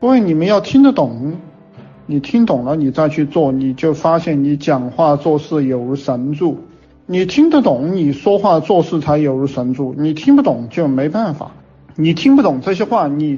因为你们要听得懂，你听懂了你再去做，你就发现你讲话做事有如神助。你听得懂，你说话做事才有如神助，你听不懂就没办法。你听不懂这些话，你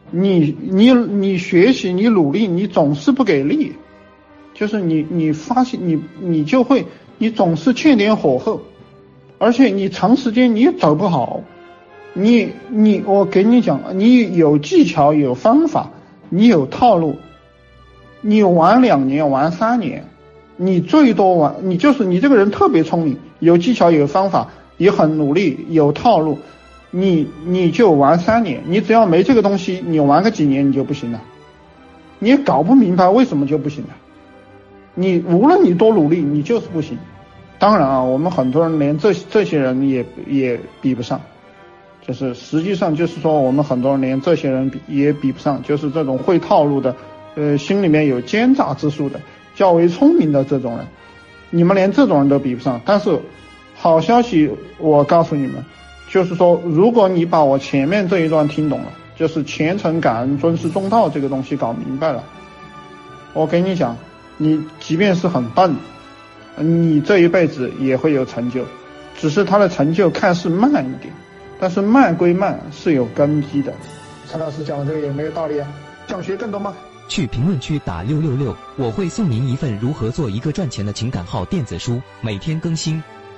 学习，你努力，你总是不给力，就是你发现你就会，你总是欠点火候，而且你长时间你走不好。我给你讲，你有技巧有方法，你有套路，你玩2年玩3年，你最多玩，你这个人特别聪明，有技巧有方法，也很努力有套路，你就玩3年，你只要没这个东西，你玩个几年你就不行了，你也搞不明白为什么就不行了，你无论你多努力你就是不行。当然啊，我们很多人连这些人也比不上，就是实际上就是说我们很多人连这些人也比不上，就是这种会套路的心里面有奸诈之术的较为聪明的这种人，你们连这种人都比不上。但是好消息我告诉你们，就是说如果你把我前面这一段听懂了，就是虔诚感恩尊师重道这个东西搞明白了，我跟你讲，你即便是很笨，你这一辈子也会有成就，只是他的成就看似慢一点，但是慢归慢是有根基的。陈老师讲的这个有没有道理啊？想学更多吗？ 去评论区打666，我会送您一份如何做一个赚钱的情感号电子书，每天更新。